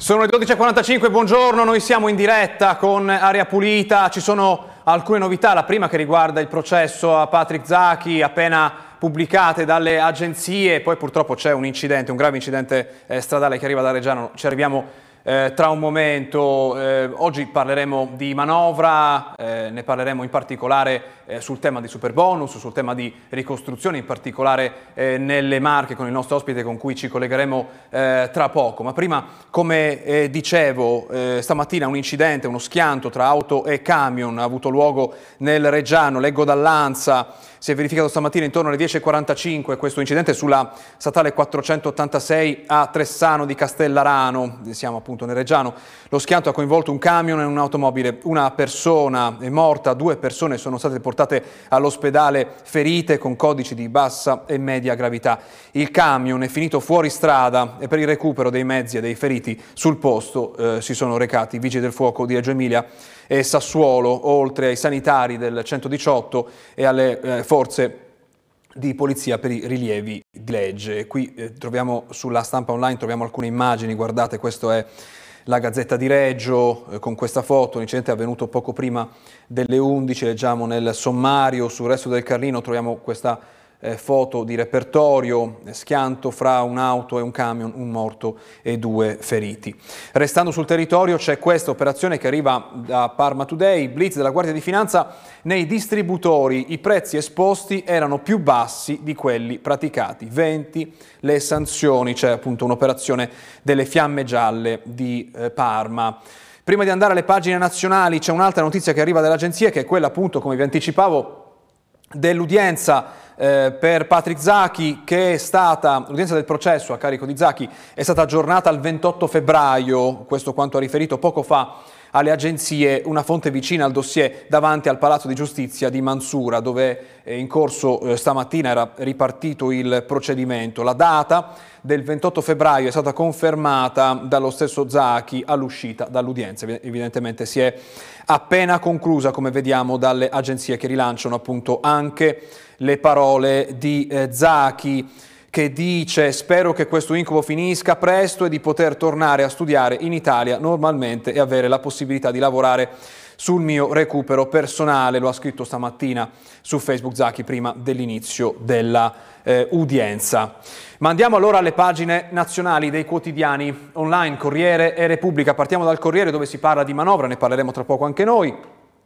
Sono le 12:45, buongiorno, noi siamo in diretta con Aria Pulita, ci sono alcune novità, la prima che riguarda il processo a Patrick Zaki, appena pubblicate dalle agenzie, poi purtroppo c'è un incidente, un grave incidente stradale che arriva da Reggiano, ci arriviamo tra un momento. Oggi parleremo di manovra, ne parleremo in particolare sul tema di superbonus, sul tema di ricostruzione, in particolare nelle Marche con il nostro ospite con cui ci collegheremo tra poco. Ma prima, come dicevo, stamattina un incidente, uno schianto tra auto e camion ha avuto luogo nel Reggiano, leggo dall'ANSA. Si è verificato stamattina intorno alle 10:45 questo incidente sulla statale 486 a Tressano di Castellarano, siamo appunto nel Reggiano. Lo schianto ha coinvolto un camion e un'automobile, una persona è morta, 2 persone sono state portate all'ospedale ferite con codici di bassa e media gravità. Il camion è finito fuori strada e per il recupero dei mezzi e dei feriti sul posto si sono recati i vigili del fuoco di Reggio Emilia e Sassuolo, oltre ai sanitari del 118 e alle forze di polizia per i rilievi di legge. Qui troviamo sulla stampa online troviamo alcune immagini, guardate, questa è la Gazzetta di Reggio con questa foto, l'incidente è avvenuto poco prima delle 11, leggiamo nel sommario, sul Resto del Carlino troviamo questa foto di repertorio, schianto fra un'auto e un camion, un morto e 2 feriti. Restando sul territorio c'è questa operazione che arriva da Parma Today, blitz della Guardia di Finanza, nei distributori i prezzi esposti erano più bassi di quelli praticati, 20 le sanzioni, c'è appunto un'operazione delle Fiamme Gialle di Parma. Prima di andare alle pagine nazionali c'è un'altra notizia che arriva dall'agenzia, che è quella appunto, come vi anticipavo, dell'udienza per Patrick Zaki, che è stata, l'udienza del processo a carico di Zaki è stata aggiornata al 28 febbraio, questo quanto ha riferito poco fa alle agenzie una fonte vicina al dossier davanti al Palazzo di Giustizia di Mansura, dove in corso stamattina era ripartito il procedimento. La data del 28 febbraio è stata confermata dallo stesso Zaki all'uscita dall'udienza. Evidentemente si è appena conclusa, come vediamo dalle agenzie che rilanciano appunto anche le parole di Zaki, che dice: spero che questo incubo finisca presto e di poter tornare a studiare in Italia normalmente e avere la possibilità di lavorare sul mio recupero personale. Lo ha scritto stamattina su Facebook Zaki prima dell'inizio della udienza. Ma andiamo allora alle pagine nazionali dei quotidiani online, Corriere e Repubblica. Partiamo dal Corriere, dove si parla di manovra, ne parleremo tra poco anche noi.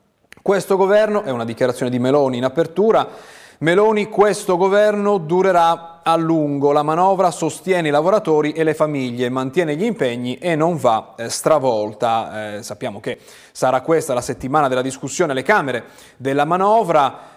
Questo governo, è una dichiarazione di Meloni in apertura, Meloni: questo governo durerà a lungo, la manovra sostiene i lavoratori e le famiglie, mantiene gli impegni e non va stravolta. Sappiamo che sarà questa la settimana della discussione alle Camere della manovra.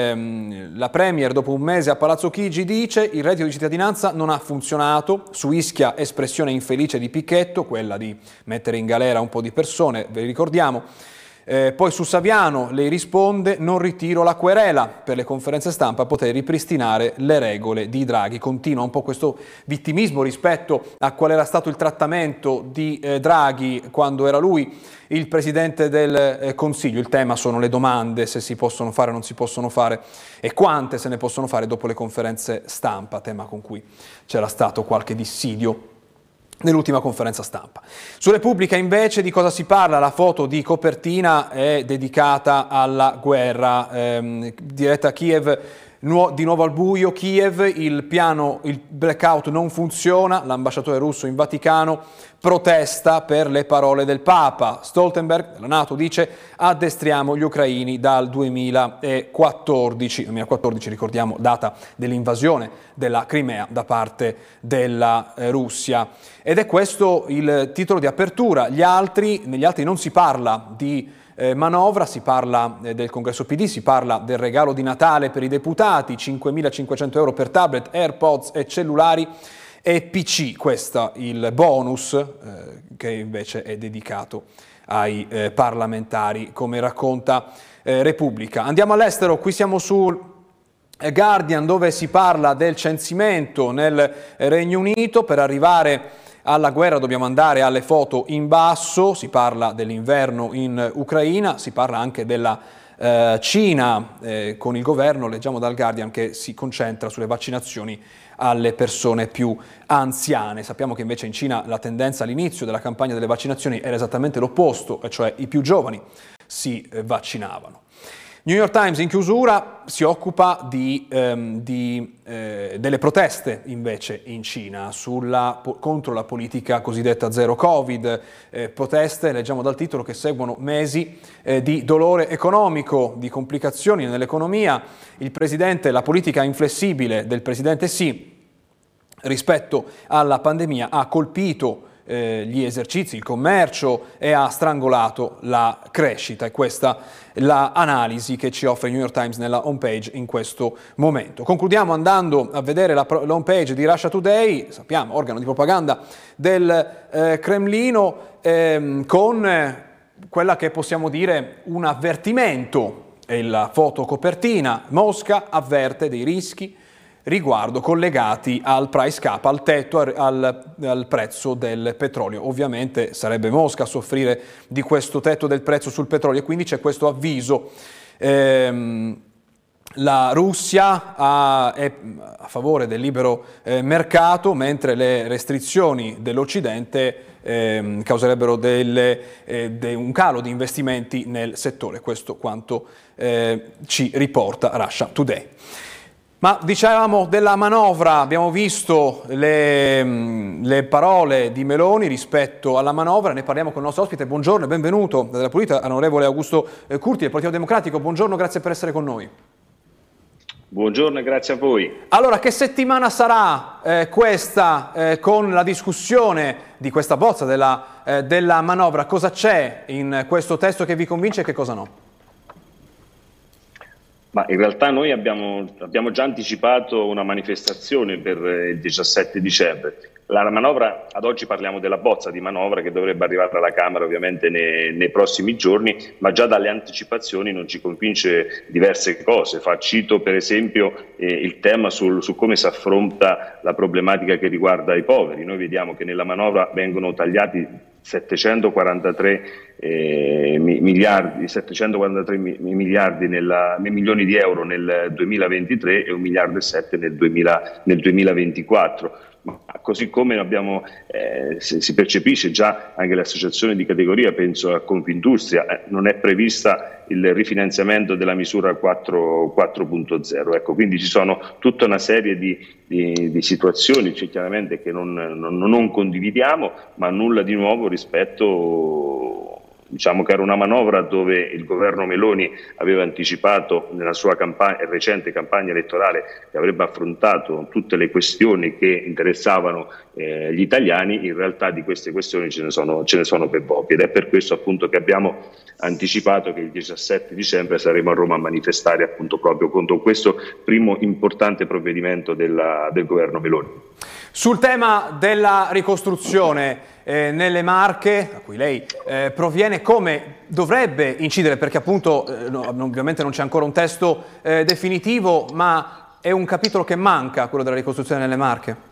La Premier dopo un mese a Palazzo Chigi dice: il reddito di cittadinanza non ha funzionato, su Ischia espressione infelice di Picchetto, quella di mettere in galera un po' di persone, ve li ricordiamo. Poi su Saviano lei risponde: non ritiro la querela, per le conferenze stampa poter ripristinare le regole di Draghi. Continua un po' questo vittimismo rispetto a qual era stato il trattamento di Draghi quando era lui il Presidente del Consiglio. Il tema sono le domande, se si possono fare o non si possono fare e quante se ne possono fare dopo le conferenze stampa, tema con cui c'era stato qualche dissidio nell'ultima conferenza stampa. Su Repubblica invece di cosa si parla? La foto di copertina è dedicata alla guerra, diretta a Kiev, di nuovo al buio, Kiev, il blackout non funziona, l'ambasciatore russo in Vaticano protesta per le parole del Papa. Stoltenberg, la NATO, dice: addestriamo gli ucraini dal 2014, ricordiamo, data dell'invasione della Crimea da parte della Russia. Ed è questo il titolo di apertura. Negli altri non si parla di manovra, si parla del congresso PD, si parla del regalo di Natale per i deputati, 5.500 euro per tablet, AirPods e cellulari e PC, questo il bonus che invece è dedicato ai parlamentari, come racconta Repubblica. Andiamo all'estero, qui siamo sul Guardian, dove si parla del censimento nel Regno Unito. Per arrivare alla guerra dobbiamo andare alle foto in basso, si parla dell'inverno in Ucraina, si parla anche della Cina, con il governo, leggiamo dal Guardian, che si concentra sulle vaccinazioni alle persone più anziane. Sappiamo che invece in Cina la tendenza all'inizio della campagna delle vaccinazioni era esattamente l'opposto, e cioè i più giovani si vaccinavano. New York Times in chiusura si occupa delle proteste invece in Cina contro la politica cosiddetta zero Covid, proteste, leggiamo dal titolo, che seguono mesi di dolore economico, di complicazioni nell'economia. La politica inflessibile del presidente Xi rispetto alla pandemia ha colpito gli esercizi, il commercio, e ha strangolato la crescita. E questa è l'analisi che ci offre il New York Times nella homepage in questo momento. Concludiamo andando a vedere la homepage di Russia Today, sappiamo, organo di propaganda del Cremlino, con quella che possiamo dire un avvertimento. È la foto copertina: Mosca avverte dei rischi collegati al price cap, al tetto, al prezzo del petrolio. Ovviamente sarebbe Mosca a soffrire di questo tetto del prezzo sul petrolio, e quindi c'è questo avviso. La Russia è a favore del libero mercato, mentre le restrizioni dell'Occidente causerebbero un calo di investimenti nel settore. Questo quanto ci riporta Russia Today. Ma dicevamo della manovra, abbiamo visto le parole di Meloni rispetto alla manovra, ne parliamo con il nostro ospite. Buongiorno e benvenuto dalla Pulita, onorevole Augusto Curti del Partito Democratico. Buongiorno, grazie per essere con noi. Buongiorno e grazie a voi. Allora, che settimana sarà questa con la discussione di questa bozza della manovra? Cosa c'è in questo testo che vi convince e che cosa no? Ma in realtà noi abbiamo già anticipato una manifestazione per il 17 dicembre. La manovra, ad oggi parliamo della bozza di manovra che dovrebbe arrivare alla Camera ovviamente nei prossimi giorni, ma già dalle anticipazioni non ci convince diverse cose. Cito per esempio il tema su come si affronta la problematica che riguarda i poveri. Noi vediamo che nella manovra vengono tagliati 743 miliardi milioni di euro nel 2023 e 1,7 miliardi nel 2024. Ma così come si percepisce già anche l'associazione di categoria, penso a Confindustria, non è prevista il rifinanziamento della misura 4.0. Ecco, quindi ci sono tutta una serie di situazioni chiaramente che non condividiamo, ma nulla di nuovo rispetto. Diciamo che era una manovra dove il governo Meloni aveva anticipato nella sua recente campagna elettorale che avrebbe affrontato tutte le questioni che interessavano gli italiani. In realtà di queste questioni ce ne sono ben poche, ed è per questo appunto che abbiamo anticipato che il 17 dicembre saremo a Roma a manifestare appunto proprio contro questo primo importante provvedimento del governo Meloni. Sul tema della ricostruzione nelle Marche, da cui lei proviene, come dovrebbe incidere? Perché appunto ovviamente non c'è ancora un testo definitivo, ma è un capitolo che manca, quello della ricostruzione nelle Marche.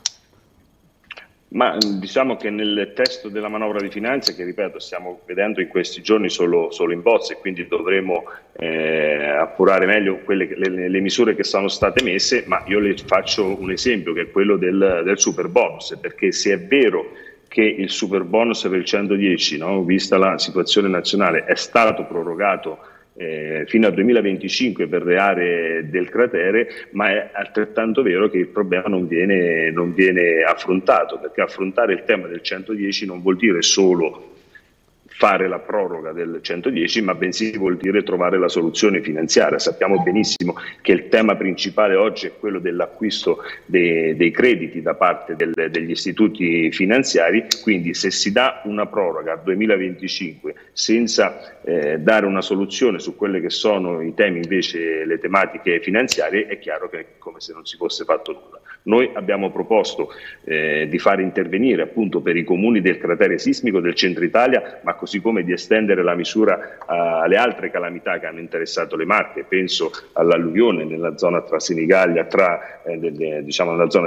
Ma diciamo che nel testo della manovra di finanza, che ripeto stiamo vedendo in questi giorni solo in bozza, e quindi dovremo appurare meglio le misure che sono state messe, ma io le faccio un esempio che è quello del super bonus, perché se è vero che il super bonus per il 110, vista la situazione nazionale, è stato prorogato fino al 2025 per le aree del cratere, ma è altrettanto vero che il problema non viene affrontato, perché affrontare il tema del 110 non vuol dire solo fare la proroga del 110, ma bensì vuol dire trovare la soluzione finanziaria. Sappiamo benissimo che il tema principale oggi è quello dell'acquisto dei crediti da parte degli istituti finanziari, quindi se si dà una proroga al 2025 senza dare una soluzione su quelle che sono i temi invece, le tematiche finanziarie, è chiaro che è come se non si fosse fatto nulla. Noi abbiamo proposto di fare intervenire appunto per i comuni del cratere sismico del centro Italia, ma così come di estendere la misura alle altre calamità che hanno interessato le Marche. Penso all'alluvione nella zona tra Senigallia, nella zona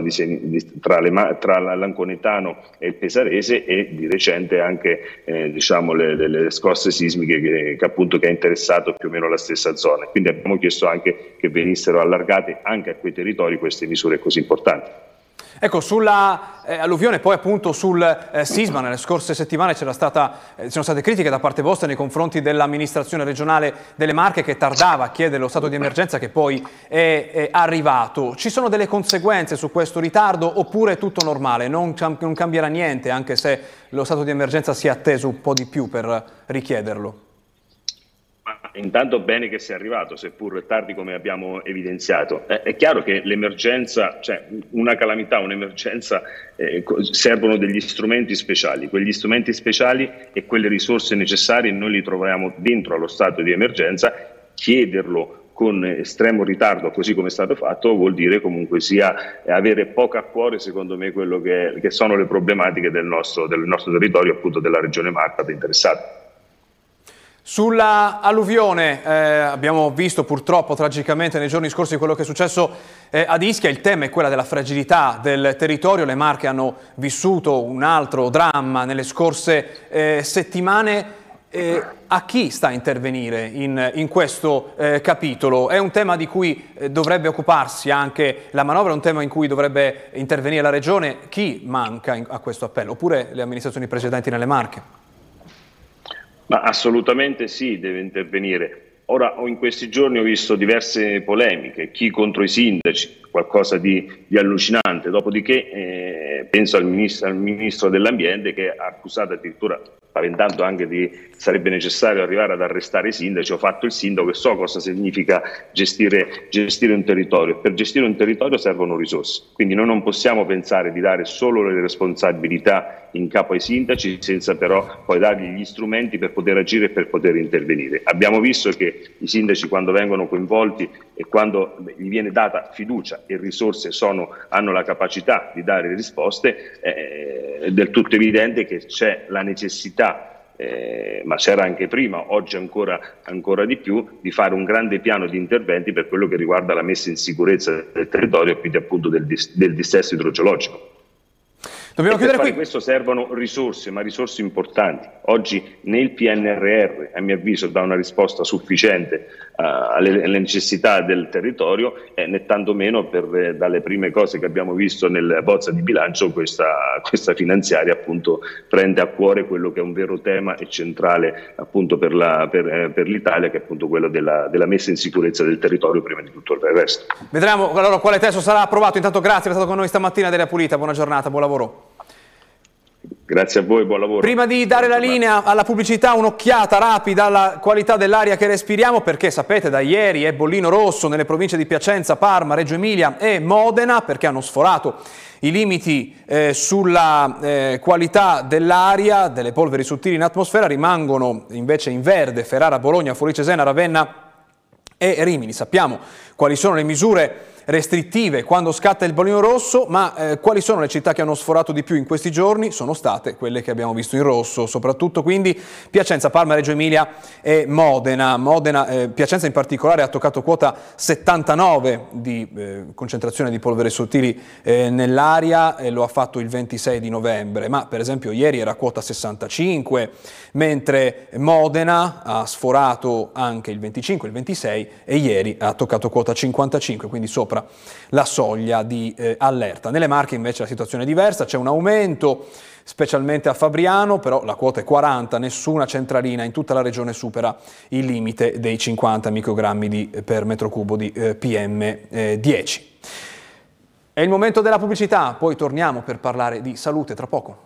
tra l'Anconetano e il Pesarese, e di recente anche le scosse sismiche che appunto ha interessato più o meno la stessa zona. Quindi abbiamo chiesto anche che venissero allargate anche a quei territori queste misure così importanti. Ecco, sulla alluvione, poi appunto sul sisma, nelle scorse settimane ci sono state critiche da parte vostra nei confronti dell'amministrazione regionale delle Marche, che tardava a chiedere lo stato di emergenza, che poi è arrivato. Ci sono delle conseguenze su questo ritardo oppure è tutto normale? Non cambierà niente, anche se lo stato di emergenza sia atteso un po' di più per richiederlo? Intanto bene che sia arrivato, seppur tardi come abbiamo evidenziato. È chiaro che l'emergenza, cioè una calamità, un'emergenza, servono degli strumenti speciali. Quegli strumenti speciali e quelle risorse necessarie noi li troviamo dentro allo stato di emergenza. Chiederlo con estremo ritardo, così come è stato fatto, vuol dire comunque sia avere poco a cuore, secondo me, quello che sono le problematiche del nostro territorio, appunto della regione Marche interessata. Sulla alluvione abbiamo visto purtroppo tragicamente nei giorni scorsi quello che è successo ad Ischia. Il tema è quella della fragilità del territorio. Le Marche hanno vissuto un altro dramma nelle scorse settimane. A chi sta a intervenire in questo capitolo? È un tema di cui dovrebbe occuparsi anche la manovra, è un tema in cui dovrebbe intervenire la Regione. Chi manca a questo appello? Oppure le amministrazioni precedenti nelle Marche? Ma assolutamente sì, deve intervenire. Ora, in questi giorni ho visto diverse polemiche, chi contro i sindaci, qualcosa di allucinante. Dopodiché penso al ministro dell'Ambiente, che ha accusato addirittura, paventando anche che sarebbe necessario arrivare ad arrestare i sindaci. Ho fatto il sindaco e so cosa significa gestire un territorio. Per gestire un territorio servono risorse, quindi noi non possiamo pensare di dare solo le responsabilità in capo ai sindaci senza però poi dargli gli strumenti per poter agire e per poter intervenire. Abbiamo visto che i sindaci, quando vengono coinvolti e quando gli viene data fiducia e risorse, hanno la capacità di dare risposte, è del tutto evidente che c'è la necessità, ma c'era anche prima, oggi ancora di più, di fare un grande piano di interventi per quello che riguarda la messa in sicurezza del territorio e quindi appunto del dissesto idrogeologico. Dobbiamo chiudere qui. Per questo servono risorse, ma risorse importanti. Oggi nel PNRR, a mio avviso, dà una risposta sufficiente alle necessità del territorio, né tantomeno dalle prime cose che abbiamo visto nel bozza di bilancio, questa finanziaria appunto prende a cuore quello che è un vero tema e centrale appunto per l'Italia, che è appunto quello della messa in sicurezza del territorio prima di tutto il resto. Vedremo allora quale testo sarà approvato. Intanto grazie per essere stato con noi stamattina, Aria Pulita, buona giornata, buon lavoro. Grazie a voi, buon lavoro. Prima di dare la linea alla pubblicità, un'occhiata rapida alla qualità dell'aria che respiriamo, perché sapete da ieri è bollino rosso nelle province di Piacenza, Parma, Reggio Emilia e Modena, perché hanno sforato i limiti sulla qualità dell'aria, delle polveri sottili in atmosfera. Rimangono invece in verde Ferrara, Bologna, Fuori Cesena, Ravenna e Rimini. Sappiamo quali sono le misure restrittive quando scatta il bollino rosso, ma quali sono le città che hanno sforato di più in questi giorni? Sono state quelle che abbiamo visto in rosso, soprattutto quindi Piacenza, Parma, Reggio Emilia e Modena. Piacenza in particolare ha toccato quota 79 di concentrazione di polveri sottili nell'aria, e lo ha fatto il 26 di novembre, ma per esempio ieri era quota 65, mentre Modena ha sforato anche il 25, il 26 e ieri ha toccato quota 55, quindi sopra la soglia di allerta. Nelle Marche invece la situazione è diversa, c'è un aumento specialmente a Fabriano, però la quota è 40, nessuna centralina in tutta la regione supera il limite dei 50 microgrammi per metro cubo di PM10. È il momento della pubblicità, poi torniamo per parlare di salute tra poco.